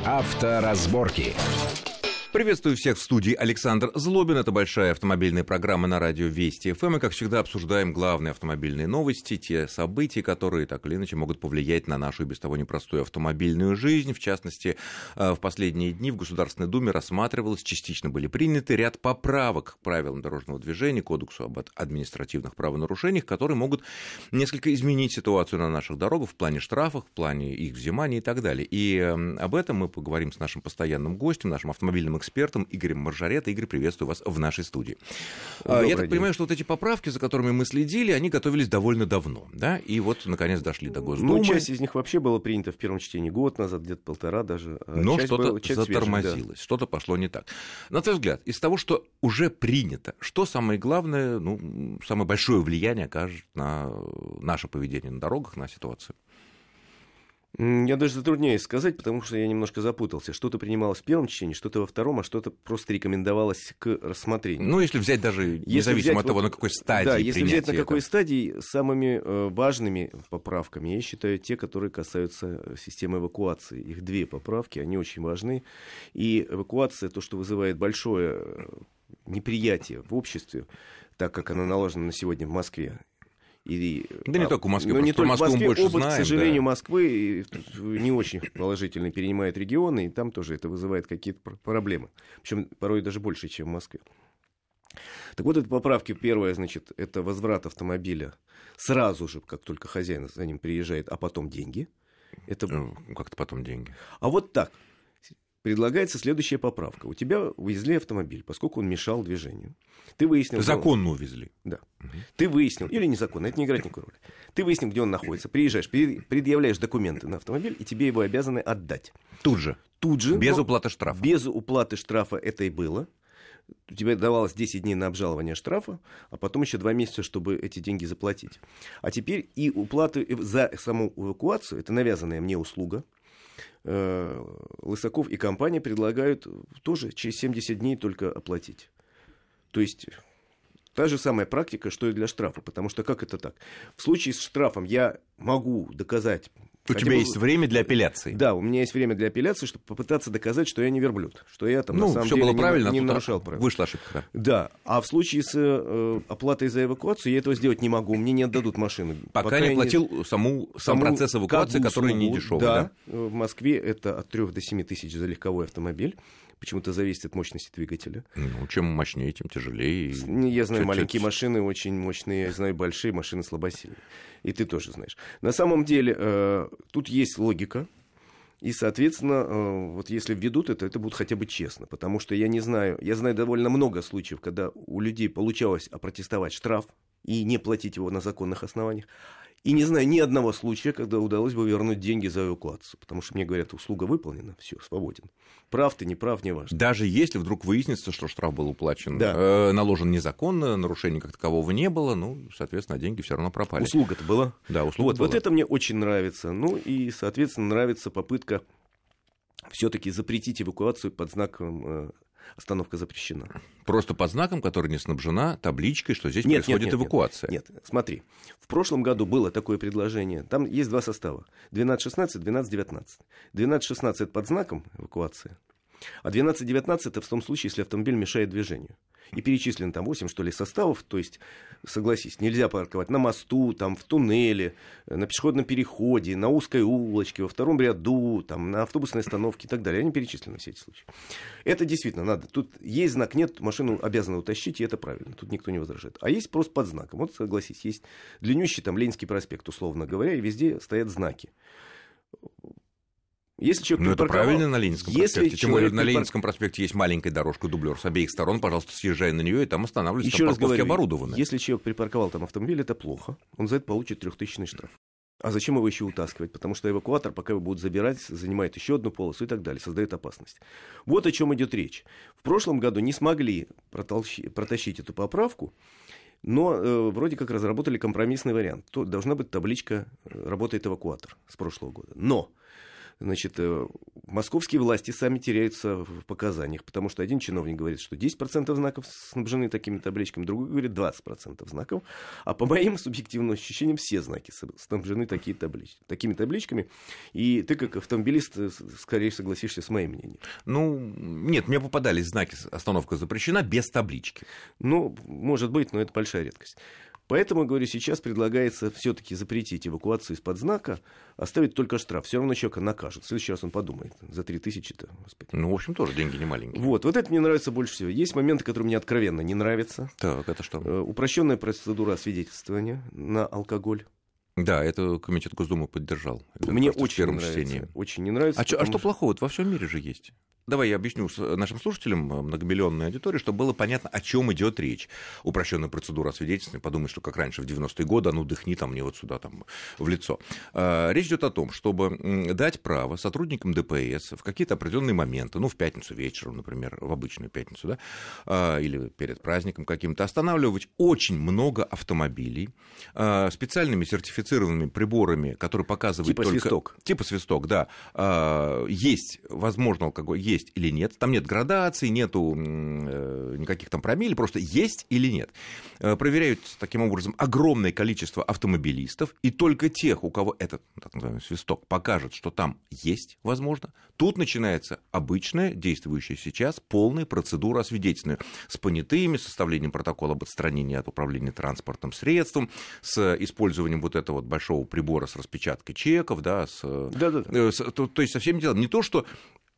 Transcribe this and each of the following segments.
Авторазборки. Приветствую всех в студии. Александр Злобин. Это большая автомобильная программа на радио Вести ФМ. И, как всегда, обсуждаем главные автомобильные новости, те события, которые так или иначе могут повлиять на нашу и без того непростую автомобильную жизнь. В частности, в последние дни в Государственной Думе рассматривалось, частично были приняты ряд поправок к правилам дорожного движения, Кодексу об административных правонарушениях, которые могут несколько изменить ситуацию на наших дорогах в плане штрафов, в плане их взимания и так далее. И об этом мы поговорим с нашим постоянным гостем, нашим автомобильным экспертом Игорем Маржарета. Игорь, приветствую вас в нашей студии. Я так понимаю, что вот эти поправки, за которыми мы следили, они готовились довольно давно, да? И вот, наконец, дошли до Госдумы. Ну, часть из них вообще была принята в первом чтении год назад, где-то полтора даже. Но что-то затормозилось, свежих, да. Что-то пошло не так. На твой взгляд, из того, что уже принято, что самое главное, самое большое влияние окажет на наше поведение на дорогах, на ситуацию? Я даже затрудняюсь сказать, потому что я немножко запутался. Что-то принималось в первом чтении, что-то во втором, а что-то просто рекомендовалось к рассмотрению. Ну, если взять даже независимо от того, на какой стадии принятия. Да, если взять на какой стадии, самыми важными поправками, я считаю, те, которые касаются системы эвакуации. Их две поправки, они очень важны. И эвакуация, то, что вызывает большое неприятие в обществе, так как она наложена на сегодня в Москве. Да не только в Москве, не только в Москве, больше опыт, знаем, к сожалению, Москвы не очень положительно перенимает регионы, и там тоже это вызывает какие-то проблемы. Причем порой даже больше, чем в Москве. Так вот, это поправки. Первая, значит, это возврат автомобиля сразу же, как только хозяин за ним приезжает, а потом деньги. Это... Как-то потом деньги. А вот так. Предлагается следующая поправка. У тебя увезли автомобиль, поскольку он мешал движению. Ты выяснил... Законно увезли. Да. Ты выяснил, или незаконно, это не играет никакой роли. Ты выяснил, где он находится, приезжаешь, предъявляешь документы на автомобиль, и тебе его обязаны отдать. Тут же? Тут же. Без уплаты штрафа? Без уплаты штрафа это и было. У тебя давалось 10 дней на обжалование штрафа, а потом еще 2 месяца, чтобы эти деньги заплатить. А теперь и уплаты за саму эвакуацию, это навязанная мне услуга. Лысаков и компания предлагают тоже через 70 дней только оплатить. То есть та же самая практика, что и для штрафа. Потому что как это так? В случае с штрафом я могу доказать... У тебя есть время для апелляции. Да, у меня есть время для апелляции, чтобы попытаться доказать, что я не верблюд. Что я там на самом деле было правильно, не нарушал правила. Вышла ошибка. Да, а в случае с оплатой за эвакуацию я этого сделать не могу. Мне не отдадут машину. Пока не оплатил сам процесс эвакуации, который не дешевый. Да, в Москве это от 3 до 7 тысяч за легковой автомобиль. Почему-то зависит от мощности двигателя. Чем мощнее, тем тяжелее. Я знаю маленькие машины, очень мощные. Я знаю большие машины слабосильные. И ты тоже знаешь. На самом деле, тут есть логика. И, соответственно, вот если введут это будет хотя бы честно. Потому что я знаю довольно много случаев, когда у людей получалось опротестовать штраф и не платить его на законных основаниях. И не знаю ни одного случая, когда удалось бы вернуть деньги за эвакуацию. Потому что мне говорят, услуга выполнена, все, свободен. Прав ты, не прав, не важно. Даже если вдруг выяснится, что штраф был уплачен, наложен незаконно, нарушения как такового не было, соответственно, деньги все равно пропали. Услуга-то была. Да, услуга была. Вот это мне очень нравится. И, соответственно, нравится попытка все-таки запретить эвакуацию под знаком «Остановка запрещена». Просто под знаком, который не снабжена табличкой, что здесь происходит эвакуация. Нет, смотри. В прошлом году было такое предложение. Там есть 2 состава. 12-16, 12-19. 12-16 под знаком эвакуации. А 12-19 это в том случае, если автомобиль мешает движению. И перечислено там 8, что ли, составов. То есть, согласись, нельзя парковать на мосту, там, в туннеле, на пешеходном переходе, на узкой улочке, во втором ряду, там, на автобусной остановке и так далее. Они перечислены, все эти случаи. Это действительно надо. Тут есть знак, нет, машину обязаны утащить, и это правильно. Тут никто не возражает. А есть просто под знаком. Вот, согласись, есть длиннющий там Ленинский проспект, условно говоря, и везде стоят знаки. Если человек это правильно на Ленинском проспекте. Тем более на Ленинском проспекте есть маленькая дорожка-дублер с обеих сторон. Пожалуйста, съезжай на нее и там останавливайся. Там парковки оборудованы. Если человек припарковал там автомобиль, это плохо. Он за это получит 3000 штраф. А зачем его еще утаскивать? Потому что эвакуатор, пока его будут забирать, занимает еще одну полосу и так далее, создает опасность. Вот о чем идет речь. В прошлом году не смогли протащить эту поправку, но вроде как разработали компромиссный вариант. Должна быть табличка «Работает эвакуатор» с прошлого года. Но Значит, московские власти сами теряются в показаниях, потому что один чиновник говорит, что 10% знаков снабжены такими табличками, другой говорит 20% знаков, а по моим субъективным ощущениям все знаки снабжены такими табличками, и ты как автомобилист скорее согласишься с моим мнением. Ну, нет, мне попадались знаки «Остановка запрещена» без таблички. Ну, может быть, но это большая редкость. Поэтому, говорю, сейчас предлагается все-таки запретить эвакуацию из-под знака, оставить только штраф. Все равно человека накажут. В следующий раз он подумает. За 3000-то, господи. Ну, в общем, тоже деньги не маленькие. Вот это мне нравится больше всего. Есть моменты, которые мне откровенно не нравятся. Так, это что? Упрощенная процедура освидетельствования на алкоголь. Да, это комитет Госдумы поддержал. Мне очень нравится. Очень не нравится. А что плохого? Во всем мире же есть. Давай я объясню нашим слушателям, многомиллионной аудитории, чтобы было понятно, о чем идет речь. Упрощенная процедура освидетельствования, подумай, что как раньше в 90-е годы, а ну дыхни там мне вот сюда там в лицо. Речь идет о том, чтобы дать право сотрудникам ДПС в какие-то определенные моменты, ну в пятницу вечером, например, в обычную пятницу, да, или перед праздником каким-то, останавливать очень много автомобилей специальными сертифицированными приборами, которые показывают типа только... свисток. Типа свисток, да. Есть, возможно, алкоголь, есть или нет. Там нет градации, нету никаких там промилле, просто есть или нет. Проверяют таким образом огромное количество автомобилистов, и только тех, у кого этот так называемый свисток покажет, что там есть, возможно, тут начинается обычная, действующая сейчас, полная процедура освидетельствования с понятыми, с составлением протокола об отстранении от управления транспортным средством, с использованием вот этого вот большого прибора с распечаткой чеков, да, то есть со всеми делами. Не то, что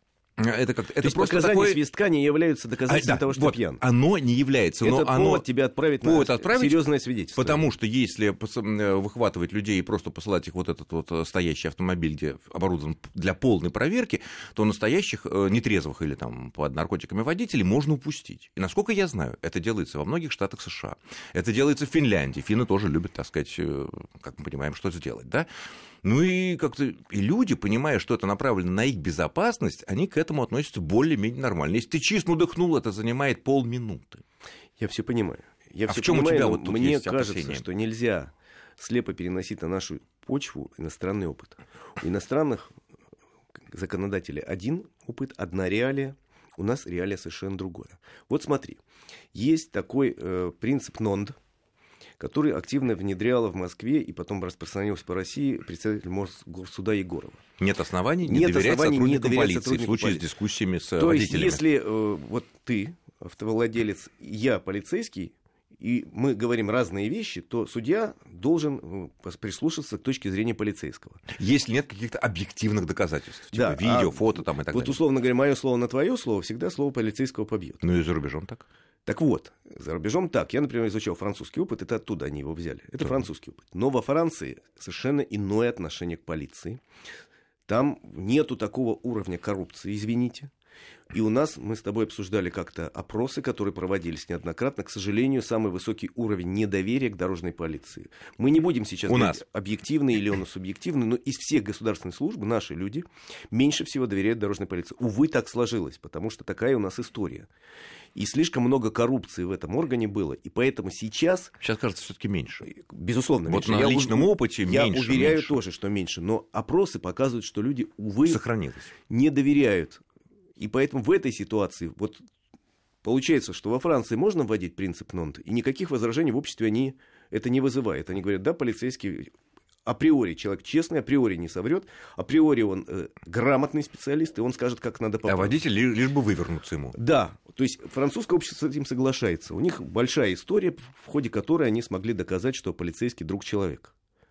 это как-то... Это просто показания такое... свистка не являются доказательством того, что вот, пьян. Оно не является. Это но повод тебя отправить на серьезное свидетельство. Потому что если выхватывать людей и просто посылать их вот этот вот стоящий автомобиль, где оборудован для полной проверки, то настоящих нетрезвых или там под наркотиками водителей можно упустить. И насколько я знаю, это делается во многих штатах США. Это делается в Финляндии. Финны тоже любят, так сказать, как мы понимаем, что сделать, да? Ну и как-то и люди, понимая, что это направлено на их безопасность, они к этому относятся более-менее нормально. Если ты честно удохнул, это занимает полминуты. Я все понимаю. В чем у тебя вот тут мне есть кажется, опасения? что нельзя слепо переносить на нашу почву иностранный опыт. У иностранных законодателей один опыт, одна реалия. У нас реалия совершенно другое. Вот смотри, есть такой принцип НОНД, который активно внедряла в Москве и потом распространился по России председатель Мосгорсуда Егорова. Нет оснований не доверять сотрудникам полиции в случае с дискуссиями с водителями. То есть, если вот ты, автовладелец, я полицейский, и мы говорим разные вещи, то судья должен прислушаться к точке зрения полицейского. Если нет каких-то объективных доказательств, типа видео, фото там и так далее. Вот условно говоря, мое слово на твое слово всегда слово полицейского побьет. Ну и за рубежом так? Так вот, за рубежом так. Я, например, изучал французский опыт, это оттуда они его взяли. Это французский опыт. Но во Франции совершенно иное отношение к полиции. Там нету такого уровня коррупции, извините. И у нас, мы с тобой обсуждали как-то опросы, которые проводились неоднократно. К сожалению, самый высокий уровень недоверия к дорожной полиции. Мы не будем сейчас говорить, объективный или он субъективный, но из всех государственных служб наши люди меньше всего доверяют дорожной полиции. Увы, так сложилось, потому что такая у нас история. И слишком много коррупции в этом органе было. И поэтому сейчас... Сейчас, кажется, все-таки меньше. Безусловно, вот меньше. На личном опыте я меньше. Я уверяю меньше. тоже, что меньше. Но опросы показывают, что люди, увы, не доверяют. И поэтому в этой ситуации вот получается, что во Франции можно вводить принцип НОНД, и никаких возражений в обществе они это не вызывает. Они говорят, да, полицейский априори человек честный, априори не соврет, априори он грамотный специалист, и он скажет, как надо попробовать. А водитель лишь бы вывернуться ему. Да, то есть французское общество с этим соглашается. У них большая история, в ходе которой они смогли доказать, что полицейский друг человека.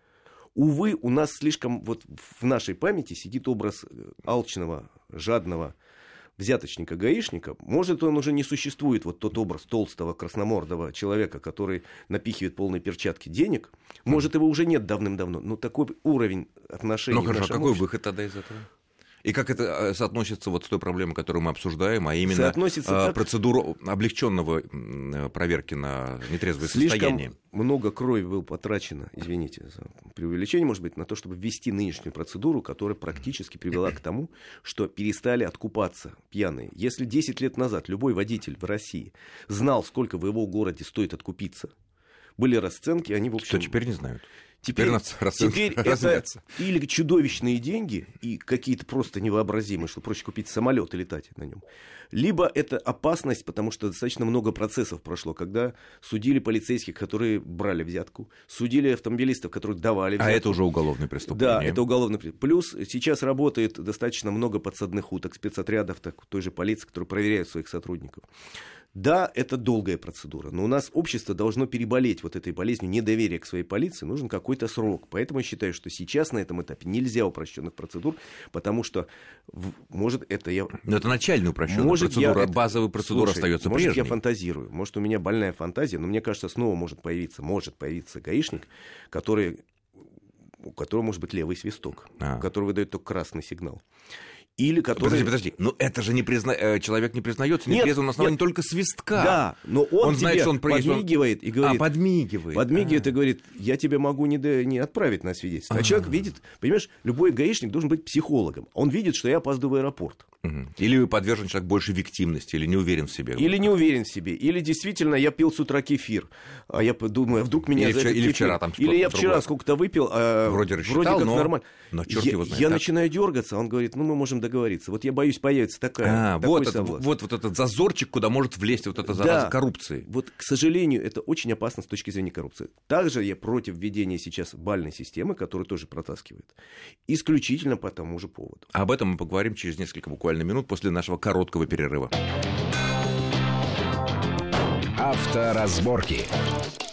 Увы, у нас слишком вот в нашей памяти сидит образ алчного, жадного взяточника-гаишника. Может, он уже не существует, вот тот образ толстого, красномордого человека, который напихивает полные перчатки денег. Может, его уже нет давным-давно. Но такой уровень отношений... Ну хорошо, а какой выход тогда из этого? И как это соотносится вот с той проблемой, которую мы обсуждаем, а именно процедуру облегченного проверки на нетрезвое состояние? Слишком много крови было потрачено, извините за преувеличение, может быть, на то, чтобы ввести нынешнюю процедуру, которая практически привела к тому, что перестали откупаться пьяные. Если 10 лет назад любой водитель в России знал, сколько в его городе стоит откупиться, были расценки, они, в общем... Что теперь не знают? Теперь это развяться. Или чудовищные деньги и какие-то просто невообразимые, что проще купить самолет и летать на нем. Либо это опасность, потому что достаточно много процессов прошло, когда судили полицейских, которые брали взятку, судили автомобилистов, которые давали взятку. А это уже уголовное преступление. Да, это уголовное преступление. Плюс сейчас работает достаточно много подсадных уток, спецотрядов той же полиции, которые проверяют своих сотрудников. Да, это долгая процедура, но у нас общество должно переболеть вот этой болезнью недоверия к своей полиции, нужен какой-то срок. Поэтому я считаю, что сейчас на этом этапе нельзя упрощенных процедур, потому что, может, это я... Но это начальная упрощенная процедура, базовая процедура остается прежней. Может, я фантазирую, может, у меня больная фантазия, но мне кажется, снова может появиться гаишник, у которого может быть левый свисток, который выдает только красный сигнал. Или который... Подожди, но это же человек не признается нетрезвым на основании только свистка. Да, но он знает, тебе что он подмигивает и говорит... подмигивает. И говорит, я тебя могу не отправить на свидетельство. А человек видит, понимаешь, любой гаишник должен быть психологом. Он видит, что я опаздываю в аэропорт. Или подвержен человек больше виктимности, или не уверен в себе. Или действительно я пил с утра кефир. А я думаю, вдруг меня... Или вчера там Или я вчера сколько-то выпил, вроде рассчитал, как нормально. Но черт его знает. Я начинаю дергаться, он говорит, мы можем договориться. Вот я боюсь, появится такой соблазн. Вот этот зазорчик, куда может влезть вот эта зараза коррупции. Вот, к сожалению, это очень опасно с точки зрения коррупции. Также я против введения сейчас бальной системы, которую тоже протаскивает. Исключительно по тому же поводу. Об этом мы поговорим через несколько буквально минут после нашего короткого перерыва. Авторазборки.